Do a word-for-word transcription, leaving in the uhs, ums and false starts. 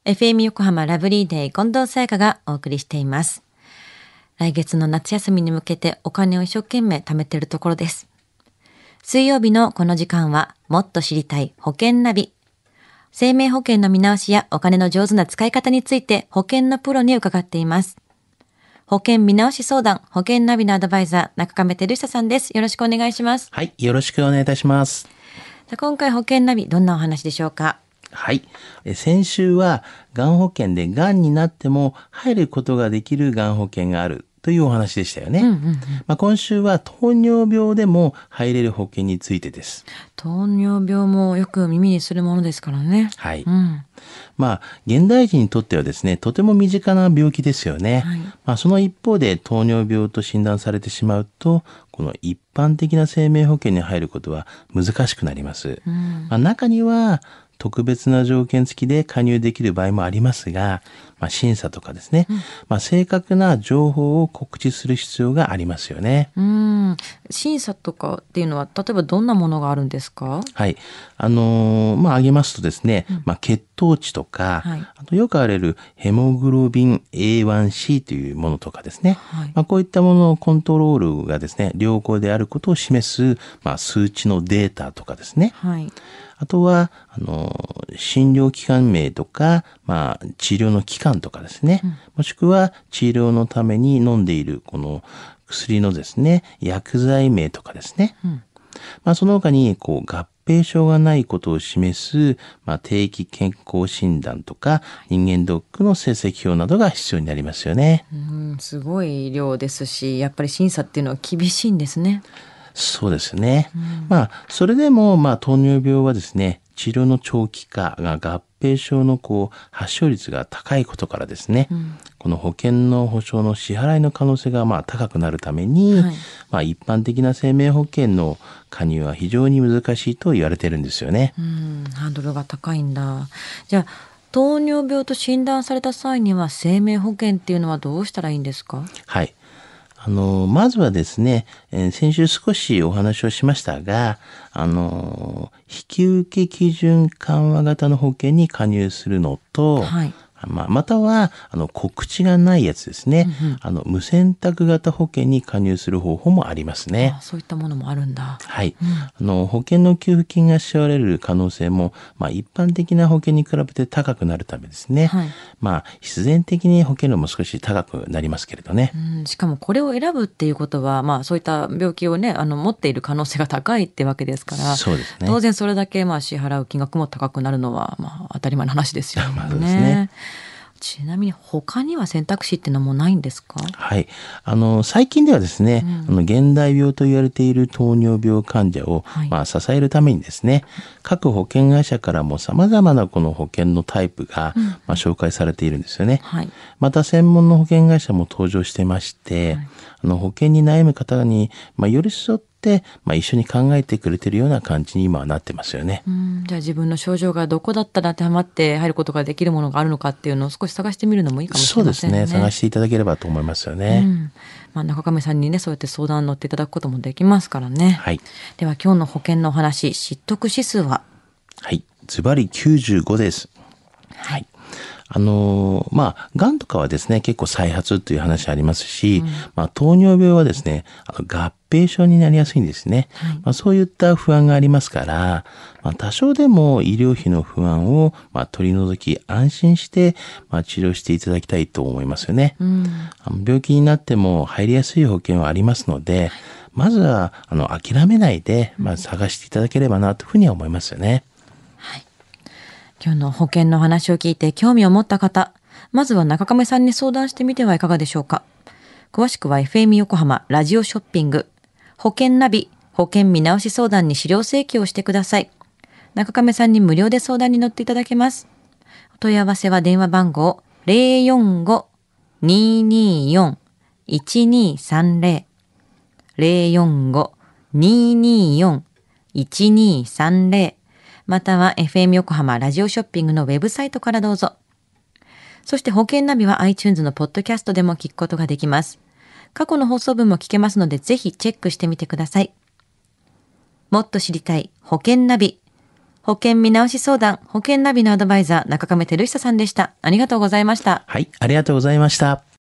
エフエム 横浜ラブリーデー近藤沙耶香がお送りしています。来月の夏休みに向けてお金を一生懸命貯めているところです。水曜日のこの時間はもっと知りたい保険ナビ。生命保険の見直しやお金の上手な使い方について保険のプロに伺っています。保険見直し相談、保険ナビのアドバイザー、中亀照久さんです。よろしくお願いします。 はい、よろしくお願いいたします。 今回保険ナビ、どんなお話でしょうか？ はい。先週は、がん保険でがんになっても入ることができるがん保険があるというお話でしたよね。うんうんうん、まあ、今週は糖尿病でも入れる保険についてです。 糖尿病もよく耳にするものですからね。 はい。うん、まあ、現代人にとってはですね、とても身近な病気ですよね。はい、まあ、その一方で糖尿病と診断されてしまうと、この一般的な生命保険に入ることは難しくなります。うん、まあ、中には、特別な条件付きで加入できる場合もありますが、まあ、審査とかですね、うん、まあ、正確な情報を告知する必要がありますよね。 うん、審査とかっていうのは例えばどんなものがあるんですか？ はい、あのー、まあ挙げますとですね、うん、まあ、血糖値とか、はい、あとよくあられるヘモグロビン エーワンシー というものとかですね、はい、まあ、こういったもののコントロールがですね良好であることを示す、まあ、数値のデータとかですね。はい、あとは、あの、診療機関名とか、まあ、治療の期間とかですね、うん、もしくは治療のために飲んでいるこの薬のですね、薬剤名とかですね。うん、まあ、その他に、こう、合併症がないことを示す、まあ、定期健康診断とか、人間ドックの成績表などが必要になりますよね。 うん、すごい量ですし、やっぱり審査っていうのは厳しいんですね。 そうですね。うん、まあ、それでも、まあ、糖尿病はですね、治療の長期化が合併症のこう発症率が高いことからですね、うん、この保険の保証の支払いの可能性がまあ高くなるために、はい、まあ、一般的な生命保険の加入は非常に難しいと言われてるんですよね。 うん、ハードルが高いんだ。じゃあ、糖尿病と診断された際には生命保険っていうのはどうしたらいいんですか？ はい。あの、まずはですね、えー、先週少しお話をしましたが、あの、引き受け基準緩和型の保険に加入するのと、はい、まあ、または、あの、告知がないやつですね。うんうん、あの、無選択型保険に加入する方法もありますね。 あ、そういったものもあるんだ。 はい。うん、あの、保険の給付金が支払われる可能性も、まあ、一般的な保険に比べて高くなるためですね。はい、まあ、必然的に保険料も少し高くなりますけれどね。 うん、しかもこれを選ぶっていうことは、まあ、そういった病気をね、あの、持っている可能性が高いってわけですから、 そうですね。 当然それだけ、まあ、支払う金額も高くなるのは、まあ、当たり前の話ですよね。 まあ、そうですね。 ちなみに他には選択肢っていうのはもうないんですか？ はい。あの、最近ではですね、うん、あの、現代病と言われている糖尿病患者を、はい、まあ、支えるためにですね、各保険会社からも様々なこの保険のタイプが、うん、まあ、紹介されているんですよね。はい、また、専門の保険会社も登場してまして、はい、あの、保険に悩む方に、まあ、寄り添って、まあ、一緒に考えてくれてるような感じに今はなってますよね。 うん、じゃあ自分の症状がどこだったら当てはまって入ることができるものがあるのかっていうのを少し探してみるのもいいかもしれませんね。 そうですね。探していただければと思いますよね。うん、 まあ、中亀さんにね、そうやって相談に乗っていただくこともできますからね。はい。では今日の保険のお話、知得指数は？ はい。ズバリきゅうじゅうごです。はい。あのー、まあ、癌とかはですね、結構再発という話ありますし、うん、まあ、糖尿病はですね、あの合併症になりやすいんですね。はい、まあ、そういった不安がありますから、まあ、多少でも医療費の不安を、まあ、取り除き、安心して、まあ、治療していただきたいと思いますよね。うん、あの病気になっても入りやすい保険はありますので、はい、まずは、あの、諦めないで、まあ、探していただければなというふうには思いますよね。 今日の保険の話を聞いて興味を持った方、まずは中亀さんに相談してみてはいかがでしょうか。詳しくは エフエム 横浜ラジオショッピング保険ナビ保険見直し相談に資料請求をしてください。中亀さんに無料で相談に乗っていただけます。お問い合わせは電話番号 ゼロよんご にーにーよん いちにーさんゼロ ゼロよんご にーにーよん いちにーさんゼロまたは エフエム 横浜ラジオショッピングのウェブサイトからどうぞ。そして保険ナビは iTunes のポッドキャストでも聞くことができます。過去の放送分も聞けますのでぜひチェックしてみてください。もっと知りたい保険ナビ。 保険見直し相談、保険ナビのアドバイザー、中亀照久さんでした。ありがとうございました。 はい、ありがとうございました。